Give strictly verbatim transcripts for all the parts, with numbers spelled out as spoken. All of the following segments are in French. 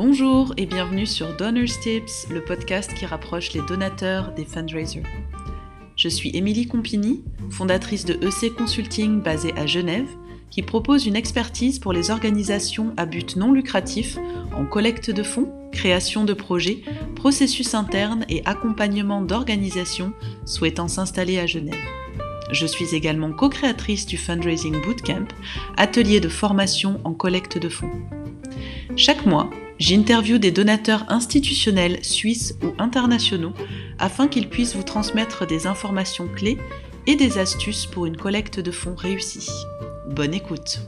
Bonjour et bienvenue sur Donors Tips, le podcast qui rapproche les donateurs des fundraisers. Je suis Émilie Compigny, fondatrice de E C Consulting basée à Genève, qui propose une expertise pour les organisations à but non lucratif en collecte de fonds, création de projets, processus internes et accompagnement d'organisations souhaitant s'installer à Genève. Je suis également co-créatrice du Fundraising Bootcamp, atelier de formation en collecte de fonds. Chaque mois, j'interviewe des donateurs institutionnels suisses ou internationaux afin qu'ils puissent vous transmettre des informations clés et des astuces pour une collecte de fonds réussie. Bonne écoute!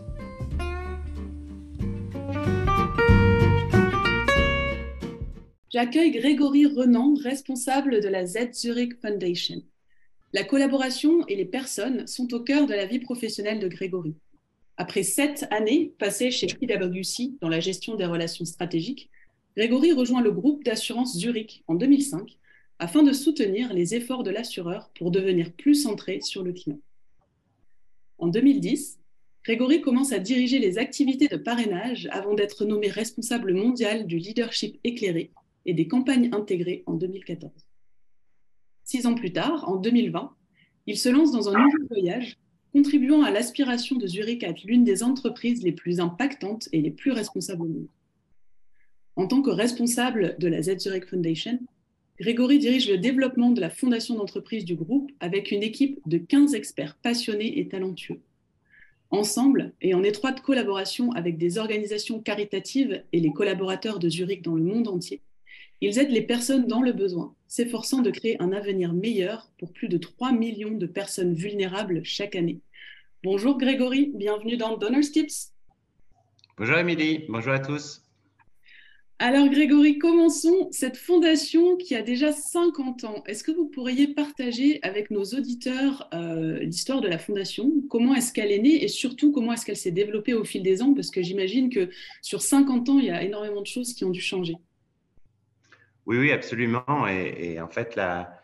J'accueille Grégory Renan, responsable de la Z Zurich Foundation. La collaboration et les personnes sont au cœur de la vie professionnelle de Grégory. Après sept années passées chez P W C dans la gestion des relations stratégiques, Grégory rejoint le groupe d'assurance Zurich en deux mille cinq afin de soutenir les efforts de l'assureur pour devenir plus centré sur le client. En deux mille dix, Grégory commence à diriger les activités de parrainage avant d'être nommé responsable mondial du leadership éclairé et des campagnes intégrées en deux mille quatorze. Six ans plus tard, en deux mille vingt, il se lance dans un nouveau voyage, contribuant à l'aspiration de Zurich à être l'une des entreprises les plus impactantes et les plus responsables au monde. En tant que responsable de la Z Zurich Foundation, Grégory dirige le développement de la fondation d'entreprise du groupe avec une équipe de quinze experts passionnés et talentueux. Ensemble, et en étroite collaboration avec des organisations caritatives et les collaborateurs de Zurich dans le monde entier, ils aident les personnes dans le besoin, s'efforçant de créer un avenir meilleur pour plus de trois millions de personnes vulnérables chaque année. Bonjour Grégory, bienvenue dans Donors Tips. Bonjour Émilie, bonjour à tous. Alors Grégory, commençons cette fondation qui a déjà cinquante ans. Est-ce que vous pourriez partager avec nos auditeurs euh, l'histoire de la fondation? Comment est-ce qu'elle est née et surtout comment est-ce qu'elle s'est développée au fil des ans? Parce que j'imagine que sur cinquante ans, il y a énormément de choses qui ont dû changer. Oui, oui, absolument. Et, et en fait, la,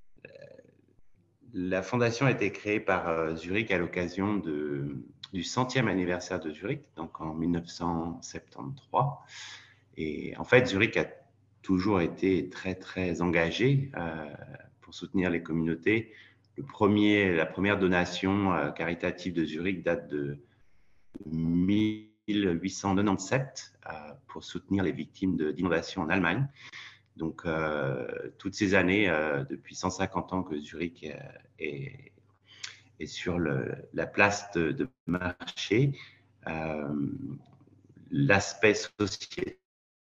la fondation a été créée par euh, Zurich à l'occasion de, du centième anniversaire de Zurich, donc en mille neuf cent soixante-treize. Et en fait, Zurich a toujours été très, très engagé euh, pour soutenir les communautés. Le premier, la première donation euh, caritative de Zurich date de mille huit cent quatre-vingt-dix-sept euh, pour soutenir les victimes de, d'inondations en Allemagne. Donc, euh, toutes ces années, euh, depuis cent cinquante ans que Zurich euh, est, est sur le, la place de, de marché, euh, l'aspect sociétal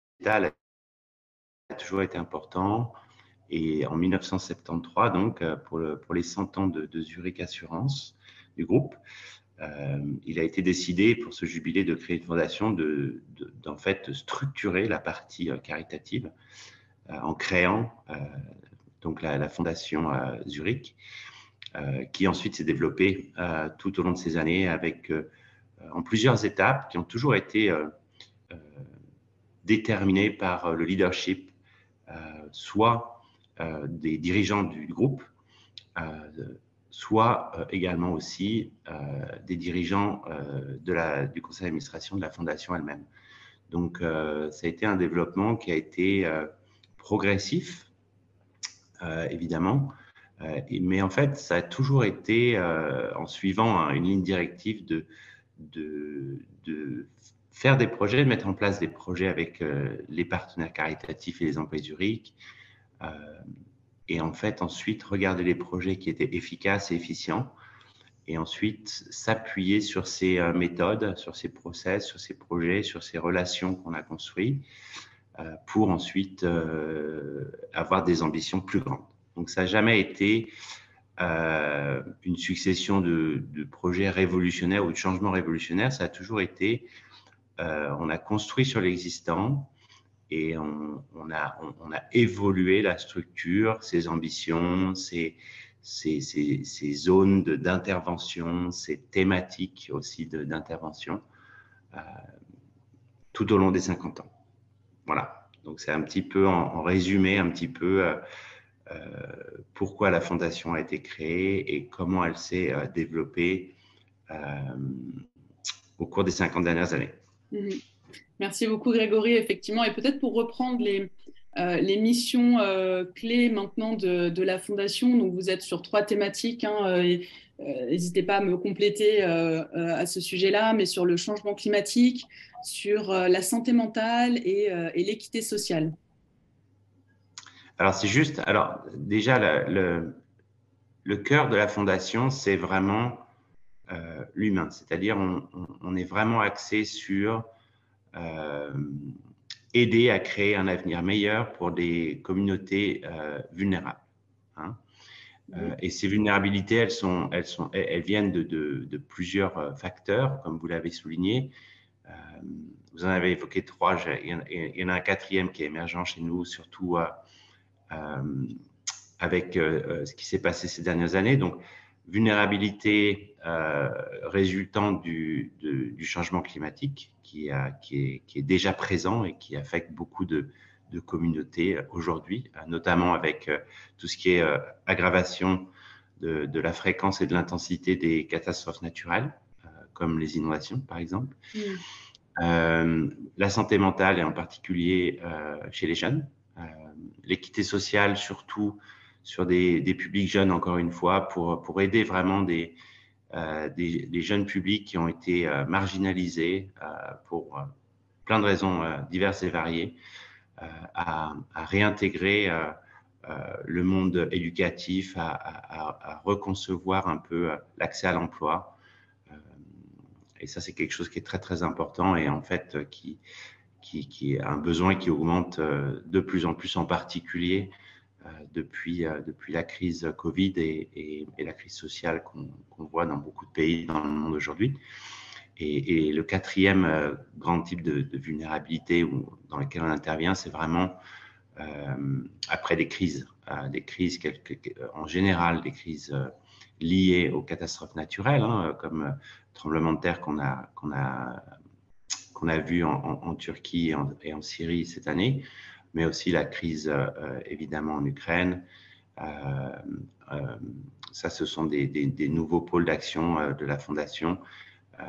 a toujours été important. Et en mille neuf cent soixante-treize, donc, pour, le, pour les cent ans de, de Zurich Assurance, du groupe, euh, il a été décidé pour ce jubilé de créer une fondation, de, de, d'en fait structurer la partie caritative euh, en créant euh, donc la, la fondation euh, Zurich, euh, qui ensuite s'est développée euh, tout au long de ces années avec euh, en plusieurs étapes qui ont toujours été euh, euh, déterminées par le leadership, euh, soit euh, des dirigeants du groupe, euh, soit euh, également aussi euh, des dirigeants euh, de la, du conseil d'administration de la fondation elle-même. Donc, euh, ça a été un développement qui a été euh, progressif, euh, évidemment, euh, mais en fait, ça a toujours été euh, en suivant hein, une ligne directive de, de, de faire des projets, de mettre en place des projets avec euh, les partenaires caritatifs et les employés Zurich, euh, et en fait, ensuite, regarder les projets qui étaient efficaces et efficients, et ensuite s'appuyer sur ces euh, méthodes, sur ces process, sur ces projets, sur ces relations qu'on a construites, euh, pour ensuite euh, avoir des ambitions plus grandes. Donc, ça n'a jamais été euh, une succession de, de projets révolutionnaires ou de changements révolutionnaires. Ça a toujours été, euh, on a construit sur l'existant et on, on, a, on, on a évolué la structure, ses ambitions, ses, ses, ses, ses zones de, d'intervention, ses thématiques aussi de, d'intervention, euh, tout au long des cinquante ans. Voilà, donc c'est un petit peu en, en résumé, un petit peu euh, euh, pourquoi la fondation a été créée et comment elle s'est euh, développée euh, au cours des cinquante dernières années. Mmh. Merci beaucoup Grégory, effectivement. Et peut-être pour reprendre les, euh, les missions euh, clés maintenant de, de la Fondation, donc vous êtes sur trois thématiques, hein, euh, et, euh, n'hésitez pas à me compléter euh, euh, à ce sujet-là, mais sur le changement climatique, sur euh, la santé mentale et, euh, et l'équité sociale. Alors, c'est juste, alors déjà, le, le, le cœur de la Fondation, c'est vraiment euh, l'humain, c'est-à-dire on, on, on est vraiment axé sur euh, aider à créer un avenir meilleur pour des communautés euh, vulnérables. Hein. Euh, et ces vulnérabilités, elles, sont, elles, sont, elles viennent de, de, de plusieurs facteurs, comme vous l'avez souligné. Euh, vous en avez évoqué trois, il y, en, il y en a un quatrième qui est émergent chez nous, surtout euh, euh, avec euh, ce qui s'est passé ces dernières années. Donc, vulnérabilité euh, résultant du, de, du changement climatique qui, a, qui, est, qui est déjà présent et qui affecte beaucoup de, de communautés aujourd'hui, notamment avec euh, tout ce qui est euh, aggravation de, de la fréquence et de l'intensité des catastrophes naturelles, euh, comme les inondations, par exemple. Mm. Euh, la santé mentale, et en particulier euh, chez les jeunes. Euh, l'équité sociale, surtout sur des, des publics jeunes, encore une fois, pour, pour aider vraiment des, euh, des, des jeunes publics qui ont été euh, marginalisés euh, pour euh, plein de raisons euh, diverses et variées, euh, à, à réintégrer euh, euh, le monde éducatif, à, à, à reconcevoir un peu euh, l'accès à l'emploi. Euh, et ça, c'est quelque chose qui est très, très important et en fait, qui, qui, qui est un besoin qui augmente euh, de plus en plus, en particulier euh, depuis, euh, depuis la crise Covid et, et, et la crise sociale qu'on qu'on voit dans beaucoup de pays dans le monde aujourd'hui. Et, et le quatrième euh, grand type de, de vulnérabilité où, dans lequel on intervient, c'est vraiment euh, après des crises, euh, des crises quelque, en général, des crises euh, liées aux catastrophes naturelles, hein, comme euh, tremblement de terre qu'on a, qu'on a, qu'on a vu en, en, en Turquie et en, et en Syrie cette année, mais aussi la crise euh, évidemment en Ukraine. Euh, euh, ça, ce sont des, des, des nouveaux pôles d'action euh, de la Fondation, euh,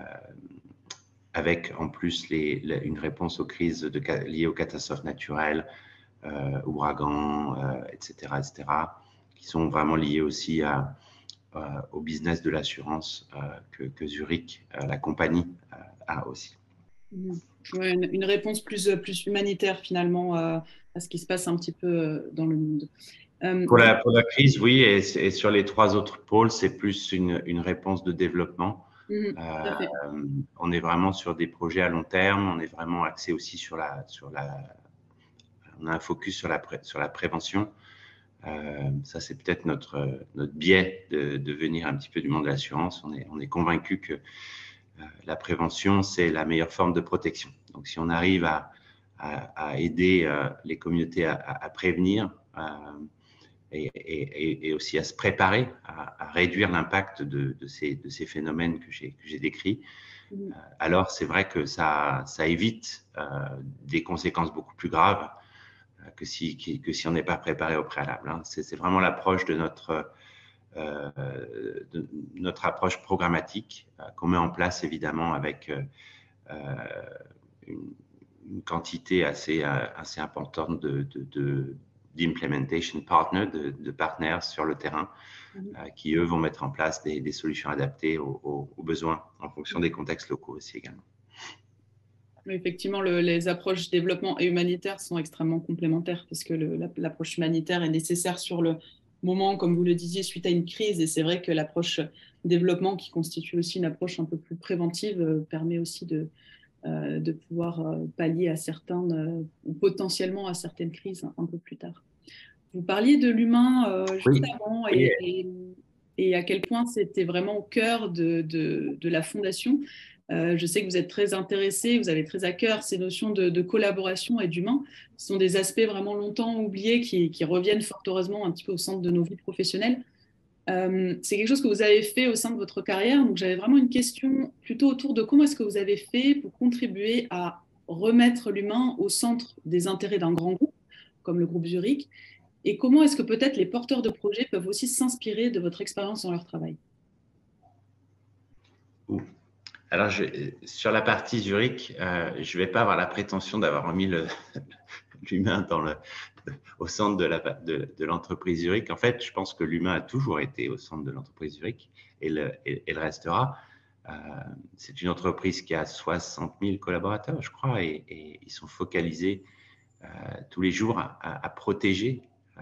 avec en plus les, les, une réponse aux crises de, liées aux catastrophes naturelles, euh, ouragans, euh, et cetera, et cetera, qui sont vraiment liées aussi à, euh, au business de l'assurance euh, que, que Zurich, euh, la compagnie, euh, a aussi. Mmh. Ouais, une, une réponse plus, plus humanitaire finalement euh, à ce qui se passe un petit peu dans le monde. Euh, pour, la, pour la crise, oui, et, et sur les trois autres pôles, c'est plus une, une réponse de développement. Mmh, euh, on est vraiment sur des projets à long terme, on est vraiment axé aussi sur la, sur la, on a un focus sur la, pré, sur la prévention. Euh, ça, c'est peut-être notre, notre biais de, de venir un petit peu du monde de l'assurance. On est, on est convaincu que euh, la prévention, c'est la meilleure forme de protection. Donc, si on arrive à, à, à aider euh, les communautés à, à, à prévenir euh, et, et, et aussi à se préparer, à, à réduire l'impact de, de, ces, de ces phénomènes que j'ai, que j'ai décrits, mmh. euh, alors c'est vrai que ça, ça évite euh, des conséquences beaucoup plus graves que si, que si on n'est pas préparé au préalable. Hein. C'est, c'est vraiment l'approche de notre, euh, de notre approche programmatique euh, qu'on met en place évidemment avec euh, une, une quantité assez, assez importante de, de, de, d'implementation partners, de, de partenaires sur le terrain mmh. euh, qui, eux, vont mettre en place des, des solutions adaptées aux, aux, aux besoins en fonction des contextes locaux aussi également. Effectivement, le, les approches développement et humanitaire sont extrêmement complémentaires parce que le, la, l'approche humanitaire est nécessaire sur le moment, comme vous le disiez, suite à une crise. Et c'est vrai que l'approche développement, qui constitue aussi une approche un peu plus préventive, euh, permet aussi de, euh, de pouvoir euh, pallier à certains, euh, ou potentiellement à certaines crises un, un peu plus tard. Vous parliez de l'humain euh, juste oui. avant et, et, et à quel point c'était vraiment au cœur de, de, de la Fondation. Euh, je sais que vous êtes très intéressé, vous avez très à cœur ces notions de, de collaboration et d'humain. Ce sont des aspects vraiment longtemps oubliés qui, qui reviennent fort heureusement un petit peu au centre de nos vies professionnelles. Euh, c'est quelque chose que vous avez fait au sein de votre carrière. Donc j'avais vraiment une question plutôt autour de comment est-ce que vous avez fait pour contribuer à remettre l'humain au centre des intérêts d'un grand groupe, comme le groupe Zurich, et comment est-ce que peut-être les porteurs de projets peuvent aussi s'inspirer de votre expérience dans leur travail ? Alors, je, sur la partie Zurich, euh, je ne vais pas avoir la prétention d'avoir remis l'humain dans le, au centre de, la, de, de l'entreprise Zurich. En fait, je pense que l'humain a toujours été au centre de l'entreprise Zurich et le, et, et le restera. Euh, c'est une entreprise qui a soixante mille collaborateurs, je crois, et, et ils sont focalisés euh, tous les jours à, à, à protéger euh,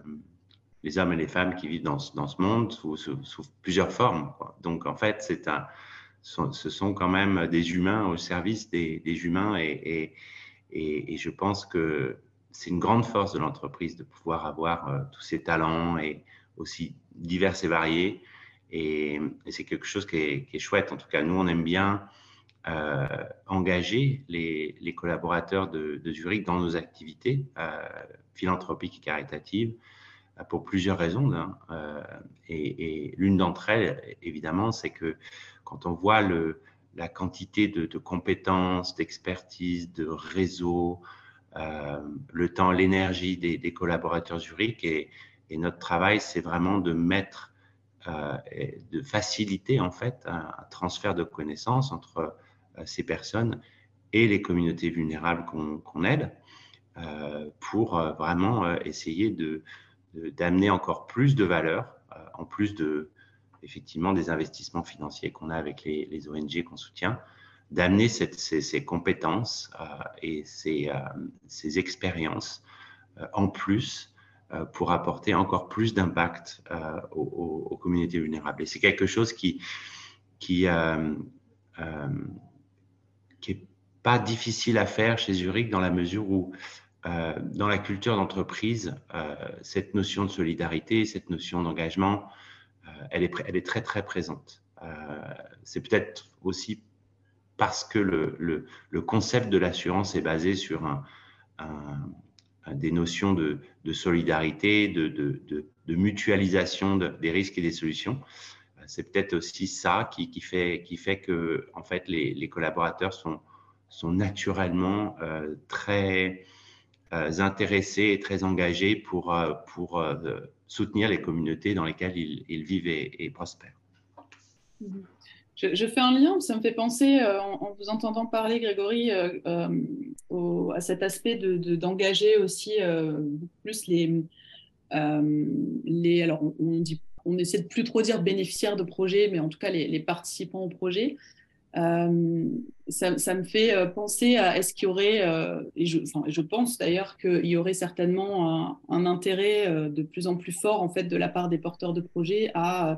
les hommes et les femmes qui vivent dans, dans ce monde sous, sous, sous plusieurs formes, quoi. Donc, en fait, c'est un, ce sont quand même des humains au service des, des humains et, et, et, et je pense que c'est une grande force de l'entreprise de pouvoir avoir euh, tous ces talents et aussi divers et variés. Et, et c'est quelque chose qui est, qui est chouette. En tout cas, nous, on aime bien euh, engager les, les collaborateurs de, de Zurich dans nos activités euh, philanthropiques et caritatives euh, pour plusieurs raisons. Hein. Euh, et et l'une d'entre elles, évidemment, c'est que quand on voit le, la quantité de, de compétences, d'expertise, de réseau, euh, le temps, l'énergie des, des collaborateurs Zurich et, et notre travail, c'est vraiment de mettre, euh, de faciliter en fait un, un transfert de connaissances entre euh, ces personnes et les communautés vulnérables qu'on qu'on aide euh, pour euh, vraiment euh, essayer de, de, d'amener encore plus de valeur euh, en plus de effectivement des investissements financiers qu'on a avec les, les O N G qu'on soutient, d'amener cette, ces, ces compétences euh, et ces, euh, ces expériences euh, en plus euh, pour apporter encore plus d'impact euh, aux, aux, aux communautés vulnérables. Et c'est quelque chose qui qui euh, euh, qui est pas difficile à faire chez Zurich dans la mesure où euh, dans la culture d'entreprise, euh, cette notion de solidarité, cette notion d'engagement, euh, elle, est, elle est très, très présente. Euh, c'est peut-être aussi parce que le, le, le concept de l'assurance est basé sur un, un, un, des notions de, de solidarité, de, de, de, de mutualisation de, des risques et des solutions. C'est peut-être aussi ça qui, qui, fait, qui fait que en fait, les, les collaborateurs sont, sont naturellement euh, très euh, intéressés et très engagés pour, euh, pour euh, soutenir les communautés dans lesquelles ils, ils vivent et, et prospèrent. Je, je, fais un lien, ça me fait penser, euh, en, en vous entendant parler, Grégory, euh, euh, au, à cet aspect de, de, d'engager aussi euh, plus les, euh, les... Alors, on, on, dit, on essaie de plus trop dire bénéficiaires de projets, mais en tout cas les, les participants au projet. Euh, ça, ça me fait penser à est-ce qu'il y aurait, euh, et je, enfin, je pense d'ailleurs qu'il y aurait certainement un, un intérêt euh, de plus en plus fort en fait de la part des porteurs de projets à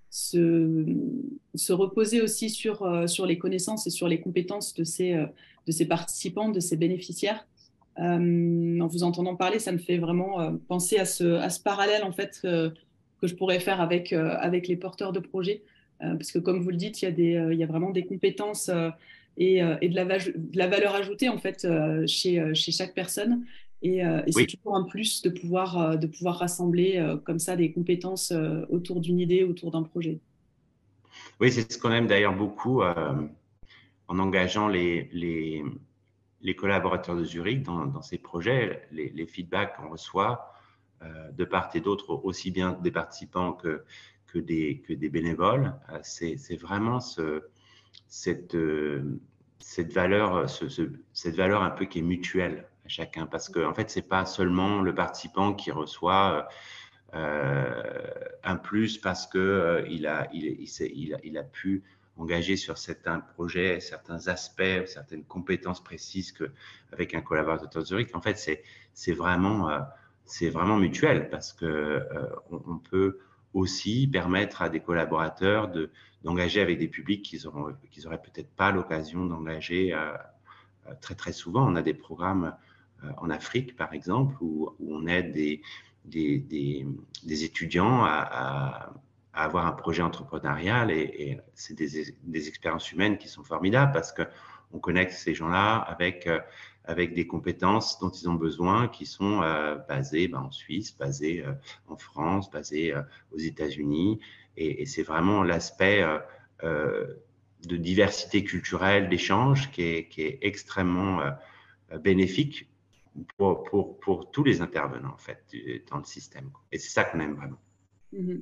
se, se reposer aussi sur, euh, sur les connaissances et sur les compétences de ces, euh, de ces participants, de ces bénéficiaires. Euh, en vous entendant parler, ça me fait vraiment euh, penser à ce, à ce parallèle en fait euh, que je pourrais faire avec, euh, avec les porteurs de projets. Euh, parce que comme vous le dites, il y a, des, euh, il y a vraiment des compétences euh, et, euh, et de, la de la valeur ajoutée en fait euh, chez, euh, chez chaque personne. Et, euh, et c'est Oui, toujours un plus de pouvoir, euh, de pouvoir rassembler euh, comme ça des compétences euh, autour d'une idée, autour d'un projet. oui, c'est ce qu'on aime d'ailleurs beaucoup euh, en engageant les, les, les collaborateurs de Zurich dans, dans ces projets, les, les feedbacks qu'on reçoit euh, de part et d'autre, aussi bien des participants que, que, des, que des bénévoles, euh, c'est, c'est vraiment ce, cette, euh, cette, valeur, ce, ce, cette valeur un peu qui est mutuelle à chacun. Parce que, en fait, ce n'est pas seulement le participant qui reçoit euh, un plus parce qu'il euh, il a, il, il, il, a, il a pu engager sur certains projets, certains aspects, certaines compétences précises qu'avec un collaborateur de Zurich. En fait, c'est, c'est, vraiment, euh, c'est vraiment mutuel parce qu'on euh, on peut aussi permettre à des collaborateurs de, d'engager avec des publics qu'ils n'auraient qu'ils peut-être pas l'occasion d'engager euh, très, très souvent. On a des programmes euh, en Afrique, par exemple, où, où on aide des, des, des, des étudiants à, à, à avoir un projet entrepreneurial et, et c'est des, des expériences humaines qui sont formidables parce qu'on connecte ces gens-là avec, euh, avec des compétences dont ils ont besoin qui sont euh, basées ben, en Suisse, basées euh, en France, basées euh, aux États-Unis et, et c'est vraiment l'aspect euh, euh, de diversité culturelle, d'échange qui est, qui est extrêmement euh, bénéfique pour, pour, pour tous les intervenants en fait dans le système. Et c'est ça qu'on aime vraiment. Mm-hmm.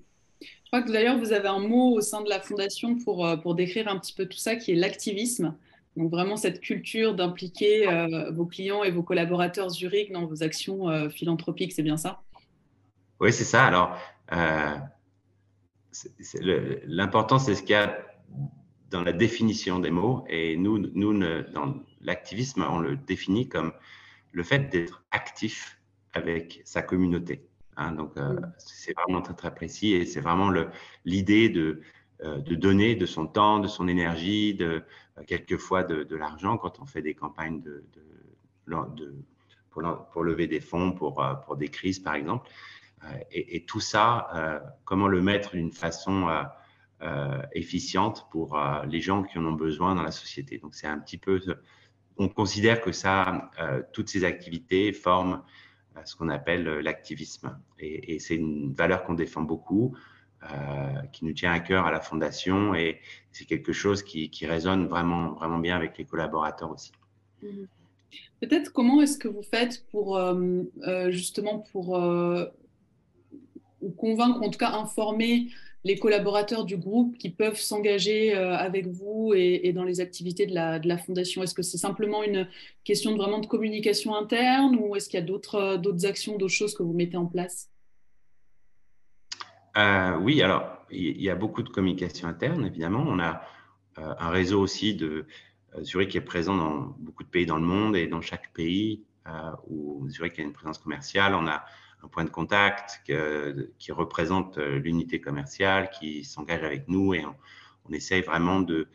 Je crois que d'ailleurs, vous avez un mot au sein de la fondation pour, euh, pour décrire un petit peu tout ça, qui est l'activisme. Donc vraiment cette culture d'impliquer euh, vos clients et vos collaborateurs Zurich dans vos actions euh, philanthropiques, c'est bien ça? Oui, c'est ça. Alors, euh, l'important, c'est ce qu'il y a dans la définition des mots. Et nous, nous dans l'activisme, on le définit comme le fait d'être actif avec sa communauté. Hein, donc, euh, c'est vraiment très, très précis et c'est vraiment l'idée de, euh, de donner de son temps, de son énergie, de, euh, quelquefois de, de l'argent quand on fait des campagnes de, de, de, pour, pour lever des fonds pour, euh, pour des crises, par exemple. Et, et tout ça, euh, comment le mettre d'une façon euh, euh, efficiente pour euh, les gens qui en ont besoin dans la société. Donc, c'est un petit peu, on considère que ça, euh, toutes ces activités forment euh, ce qu'on appelle l'activisme. Et, et c'est une valeur qu'on défend beaucoup, euh, qui nous tient à cœur à la Fondation, et c'est quelque chose qui, qui résonne vraiment, vraiment bien avec les collaborateurs aussi. Mhm. Peut-être comment est-ce que vous faites pour euh, euh, justement pour euh, ou convaincre, en tout cas informer les collaborateurs du groupe qui peuvent s'engager euh, avec vous et, et dans les activités de la, de la fondation? Est-ce que c'est simplement une question de vraiment de communication interne ou est-ce qu'il y a d'autres euh, d'autres actions, d'autres choses que vous mettez en place? Euh, oui, alors, il y a beaucoup de communication interne, évidemment. On a euh, un réseau aussi de euh, Zurich qui est présent dans beaucoup de pays dans le monde, et dans chaque pays euh, où Zurich a une présence commerciale, on a un point de contact que, qui représente l'unité commerciale, qui s'engage avec nous, et on, on essaye vraiment de,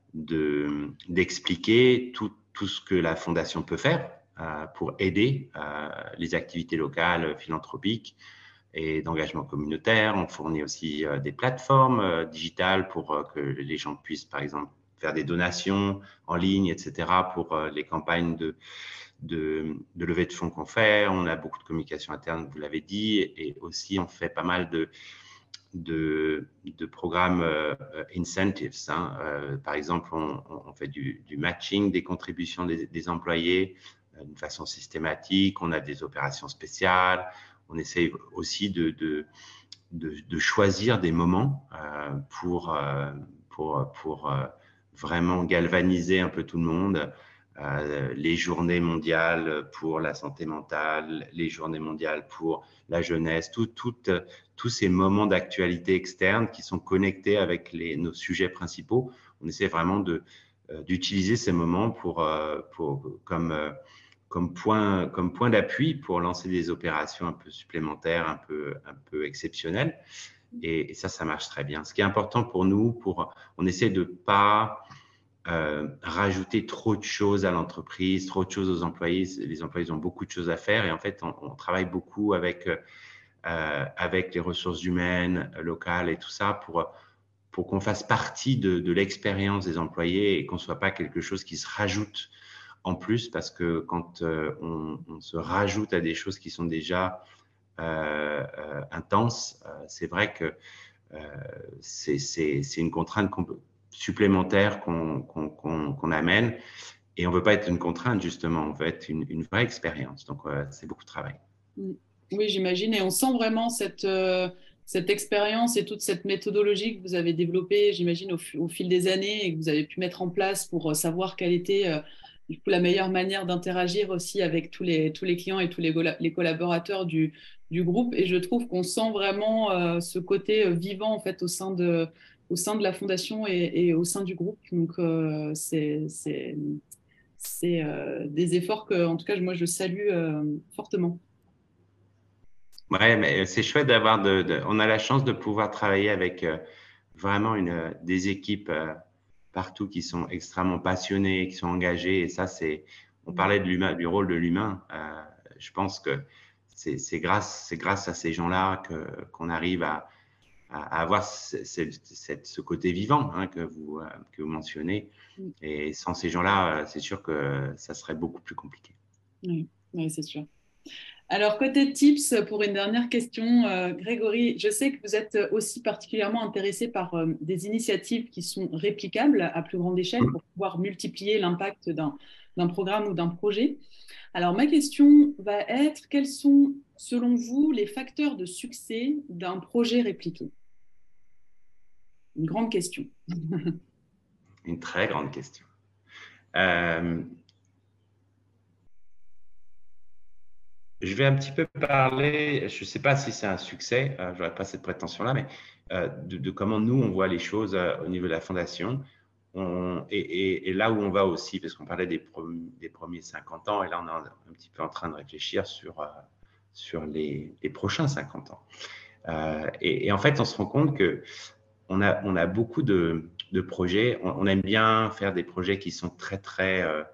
de, d'expliquer tout, tout ce que la Fondation peut faire euh, pour aider euh, les activités locales philanthropiques et d'engagement communautaire. On fournit aussi euh, des plateformes euh, digitales pour euh, que les gens puissent, par exemple, faire des donations en ligne, et cetera, pour euh, les campagnes de, de, de levée de fonds qu'on fait. On a beaucoup de communication interne, vous l'avez dit, et aussi on fait pas mal de, de, de programmes euh, incentives. Hein. Euh, par exemple, on, on fait du, du matching des contributions des, des employés euh, d'une façon systématique. On a des opérations spéciales. On essaye aussi de, de, de, de choisir des moments euh, pour, euh, pour, pour euh, vraiment galvaniser un peu tout le monde. Euh, les journées mondiales pour la santé mentale, les journées mondiales pour la jeunesse, tout, tout, tous ces moments d'actualité externe qui sont connectés avec les, nos sujets principaux. On essaie vraiment de, euh, d'utiliser ces moments pour, euh, pour, comme, euh, comme point, comme point d'appui pour lancer des opérations un peu supplémentaires, un peu, un peu exceptionnelles. Et, et ça, ça marche très bien. Ce qui est important pour nous, pour, on essaie de ne pas euh, rajouter trop de choses à l'entreprise, trop de choses aux employés. Les employés ont beaucoup de choses à faire, et en fait, on, on travaille beaucoup avec, euh, avec les ressources humaines locales et tout ça pour, pour qu'on fasse partie de, de l'expérience des employés et qu'on ne soit pas quelque chose qui se rajoute en plus, parce que quand euh, on, on se rajoute à des choses qui sont déjà euh, euh, intenses, euh, c'est vrai que euh, c'est une contrainte qu'on peut, supplémentaire qu'on qu'on, qu'on, qu'on amène, et on ne veut pas être une contrainte, justement, on veut être une, une vraie expérience. Donc, euh, c'est beaucoup de travail. Oui, j'imagine. Et on sent vraiment cette, euh, cette expérience et toute cette méthodologie que vous avez développée, j'imagine, au, au, fil des années et que vous avez pu mettre en place pour euh, savoir quelle était euh, du coup, la meilleure manière d'interagir aussi avec tous les, tous les clients et tous les, les collaborateurs du, du groupe. Et je trouve qu'on sent vraiment euh, ce côté vivant en fait, au, sein de, au sein de la fondation et, et au sein du groupe. Donc, euh, c'est euh, des efforts que, en tout cas, moi, je salue euh, fortement. Ouais, mais c'est chouette d'avoir de, de, on a la chance de pouvoir travailler avec euh, vraiment une, des équipes euh, partout qui sont extrêmement passionnées, qui sont engagées. Et ça, c'est, on parlait de l'humain, du rôle de l'humain. Euh, je pense que c'est grâce, c'est grâce à ces gens-là que qu'on arrive à, à, avoir ce, ce, ce côté vivant hein, que vous euh, que vous mentionnez. Et sans ces gens-là, c'est sûr que ça serait beaucoup plus compliqué. Oui, oui c'est sûr. Alors, côté tips, pour une dernière question, euh, Grégory, je sais que vous êtes aussi particulièrement intéressé par euh, des initiatives qui sont réplicables à plus grande échelle pour pouvoir multiplier l'impact d'un d'un programme ou d'un projet. Alors, ma question va être, quels sont, selon vous, les facteurs de succès d'un projet répliqué? Une grande question. Une très grande question. Euh, je vais un petit peu parler, je ne sais pas si c'est un succès, euh, je n'aurais pas cette prétention-là, mais euh, de, de comment nous, on voit les choses euh, au niveau de la fondation. On, et, et, et là où on va aussi, parce qu'on parlait des, prom des premiers cinquante ans, et là, on est un, un petit peu en train de réfléchir sur, euh, sur les, les prochains cinquante ans. Euh, et, et en fait, on se rend compte que on a, on a beaucoup de, de projets. On, on, aime bien faire des projets qui sont très, très euh,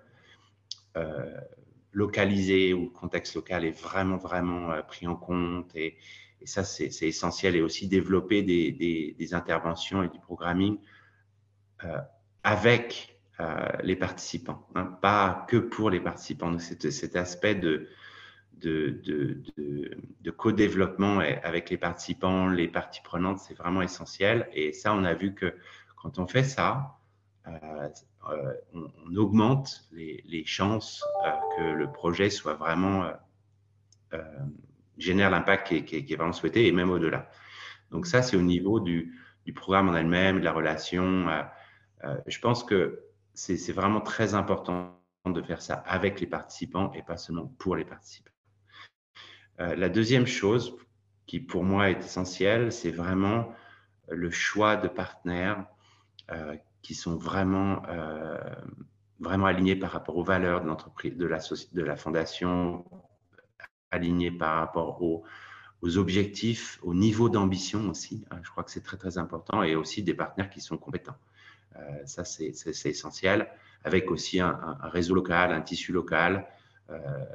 euh, localisés, où le contexte local est vraiment, vraiment euh, pris en compte. Et, et ça, c'est essentiel. Et aussi développer des, des, des interventions et du programming euh, avec euh, les participants, hein, pas que pour les participants. Donc, cet, cet aspect de, de, de, de, de co-développement avec les participants, les parties prenantes, c'est vraiment essentiel. Et ça, on a vu que quand on fait ça, euh, euh, on, on augmente les, les chances euh, que le projet soit vraiment euh, euh, génère l'impact qui, qui, qui est vraiment souhaité et même au-delà. Donc ça, c'est au niveau du, du programme en elle-même, de la relation. Euh, euh, je pense que c'est vraiment très important de faire ça avec les participants et pas seulement pour les participants. Euh, la deuxième chose qui pour moi est essentielle, c'est vraiment le choix de partenaires euh, qui sont vraiment, euh, vraiment alignés par rapport aux valeurs de l'entreprise, de la, de la fondation, alignés par rapport aux, aux objectifs, au niveau d'ambition aussi. Hein, je crois que c'est très, très important et aussi des partenaires qui sont compétents. Euh, ça, c'est essentiel, avec aussi un, un, réseau local, un tissu local euh,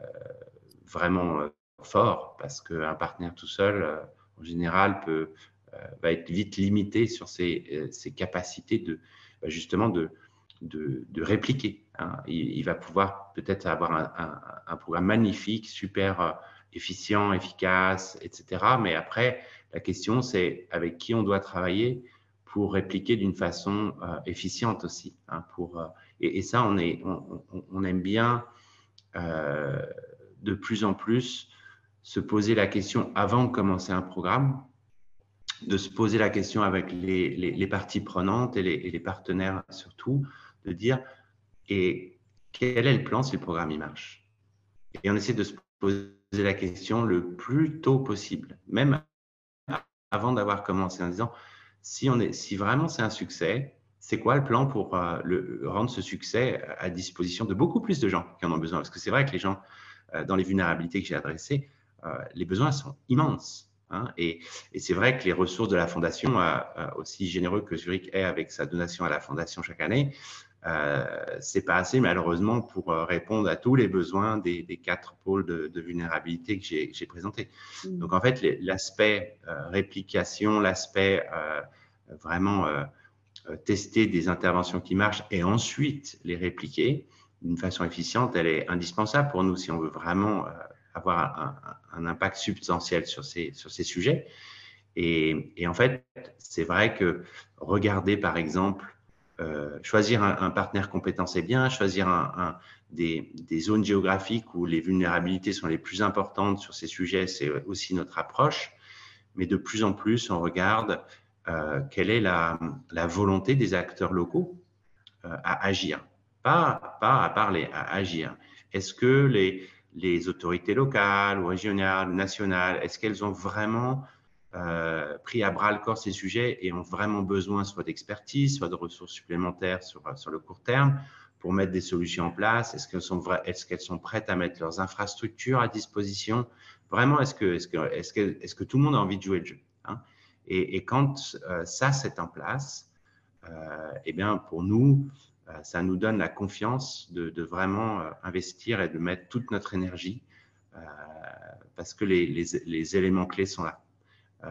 vraiment euh, fort, parce qu'un partenaire tout seul, euh, en général, peut, euh, va être vite limité sur ses, euh, ses capacités de, bah, justement de, de, de répliquer. Hein. Il, il, va pouvoir peut-être avoir un, un, un, programme magnifique, super euh, efficient, efficace, et cetera. Mais après, la question, c'est avec qui on doit travailler pour répliquer d'une façon euh, efficiente aussi. Hein, pour, euh, et, et ça, on, est, on, on, on aime bien euh, de plus en plus se poser la question avant de commencer un programme, de se poser la question avec les, les, les parties prenantes et les, et les partenaires surtout, de dire et quel est le plan si le programme il marche. Et on essaie de se poser la question le plus tôt possible, même avant d'avoir commencé, en disant si, on est, si vraiment c'est un succès, c'est quoi le plan pour euh, le, rendre ce succès à disposition de beaucoup plus de gens qui en ont besoin? Parce que c'est vrai que les gens, euh, dans les vulnérabilités que j'ai adressées, euh, les besoins sont immenses. Hein, et et c'est vrai que les ressources de la Fondation, euh, euh, aussi généreux que Zurich est avec sa donation à la Fondation chaque année, euh, c'est pas assez malheureusement pour euh, répondre à tous les besoins des, des quatre pôles de, de vulnérabilité que j'ai présentés. Mmh. Donc en fait, l'aspect euh, réplication, l'aspect euh, vraiment euh, tester des interventions qui marchent et ensuite les répliquer d'une façon efficiente, elle est indispensable pour nous si on veut vraiment euh, avoir un, un, impact substantiel sur ces, sur ces sujets. Et, et en fait, c'est vrai que regarder par exemple Euh, choisir un, un partenaire compétent, c'est bien. Choisir un, un, des, des zones géographiques où les vulnérabilités sont les plus importantes sur ces sujets, c'est aussi notre approche. Mais de plus en plus, on regarde euh, quelle est la, la volonté des acteurs locaux euh, à agir. Pas, pas à parler, à agir. Est-ce que les, les autorités locales ou régionales ou nationales, est-ce qu'elles ont vraiment euh, pris à bras le corps ces sujets et ont vraiment besoin soit d'expertise, soit de ressources supplémentaires sur, sur le court terme pour mettre des solutions en place? Est-ce qu'elles sont, est-ce qu'elles sont prêtes à mettre leurs infrastructures à disposition? Vraiment, est-ce que, est-ce que, est-ce que, est-ce que tout le monde a envie de jouer le jeu, hein? et, et quand euh, ça, c'est en place, euh, eh bien, pour nous, euh, ça nous donne la confiance de, de vraiment euh, investir et de mettre toute notre énergie euh, parce que les, les, les éléments clés sont là. Euh,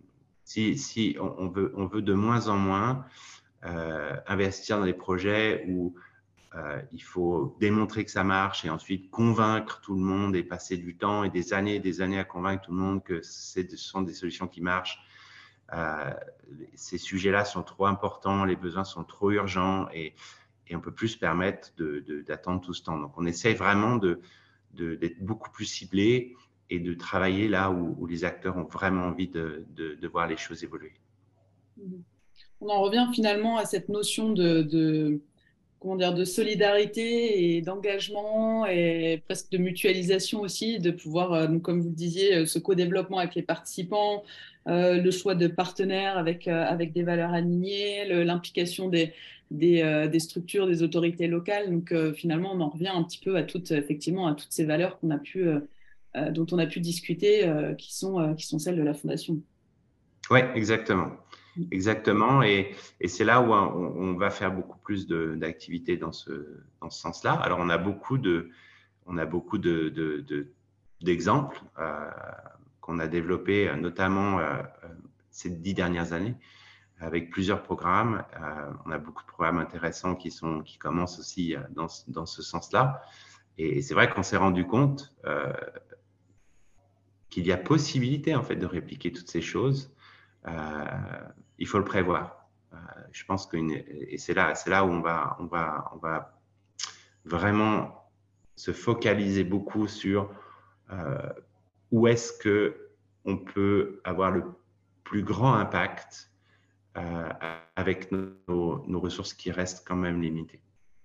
si si on, on, veut, on veut de moins en moins euh, investir dans des projets où euh, il faut démontrer que ça marche et ensuite convaincre tout le monde et passer du temps et des années et des années à convaincre tout le monde que ce sont des solutions qui marchent. Euh, ces sujets-là sont trop importants, les besoins sont trop urgents et, et on ne peut plus se permettre d'attendre tout ce temps. Donc, on essaie vraiment de, de, d'être beaucoup plus ciblé et de travailler là où, où les acteurs ont vraiment envie de, de, de voir les choses évoluer. On en revient finalement à cette notion de, de, comment dire, de solidarité et d'engagement et presque de mutualisation aussi, de pouvoir, euh, donc, comme vous le disiez, euh, ce co-développement avec les participants, euh, le choix de partenaires avec, euh, avec des valeurs alignées, le- l'implication des, des, euh, des structures, des autorités locales. Donc euh, finalement, on en revient un petit peu à toutes, effectivement, à toutes ces valeurs qu'on a pu, euh, euh, dont on a pu discuter, euh, qui sont, euh, qui sont celles de la Fondation. Oui, exactement. Exactement. Et, et c'est là où on, on va faire beaucoup plus de, d'activités dans ce, dans ce sens-là. Alors, on a beaucoup de, on a beaucoup de, de, de, d'exemples euh, qu'on a développés, notamment euh, ces dix dernières années, avec plusieurs programmes. Euh, on a beaucoup de programmes intéressants qui, sont, qui commencent aussi dans, dans ce sens-là. Et, et c'est vrai qu'on s'est rendu compte euh, qu'il y a possibilité en fait de répliquer toutes ces choses. Euh, il faut le prévoir. Euh, je pense que et c'est là, c'est là où on va, on va, on va vraiment se focaliser beaucoup sur euh, où est-ce que on peut avoir le plus grand impact euh, avec nos, nos ressources qui restent quand même limitées.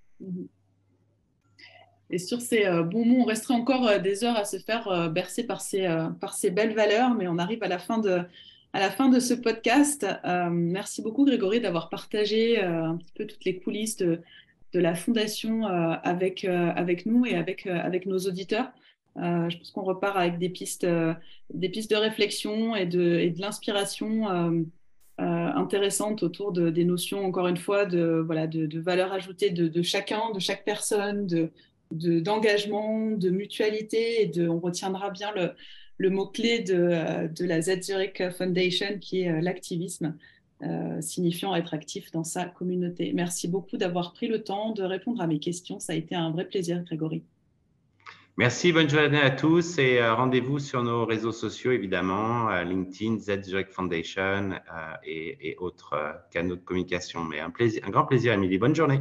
Et sur ces euh, bons mots, on resterait encore euh, des heures à se faire euh, bercer par ces, euh, par ces belles valeurs, mais on arrive à la fin de, à la fin de ce podcast. Euh, merci beaucoup, Grégory, d'avoir partagé euh, un petit peu toutes les coulisses de, de la Fondation euh, avec, euh, avec nous et avec, euh, avec nos auditeurs. Euh, je pense qu'on repart avec des pistes, euh, des pistes de réflexion et de, et de l'inspiration euh, euh, intéressantes autour de, des notions, encore une fois, de, voilà, de, de valeur ajoutée de, de chacun, de chaque personne, de de, d'engagement, de mutualité, et de, on retiendra bien le, le mot-clé de, de la Z Zurich Foundation, qui est l'activisme, euh, signifiant être actif dans sa communauté. Merci beaucoup d'avoir pris le temps de répondre à mes questions. Ça a été un vrai plaisir, Grégory. Merci, bonne journée à tous et euh, rendez-vous sur nos réseaux sociaux, évidemment, euh, LinkedIn, Z Zurich Foundation euh, et, et autres euh, canaux de communication. Mais un, plaisir, un grand plaisir, Émilie. Bonne journée.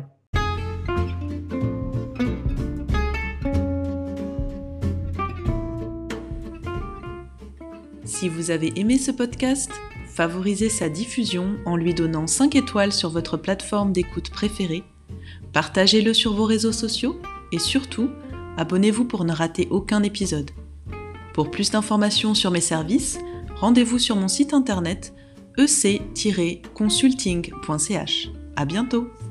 Si vous avez aimé ce podcast, favorisez sa diffusion en lui donnant cinq étoiles sur votre plateforme d'écoute préférée, partagez-le sur vos réseaux sociaux et surtout, abonnez-vous pour ne rater aucun épisode. Pour plus d'informations sur mes services, rendez-vous sur mon site internet e c tiret consulting point c h. À bientôt!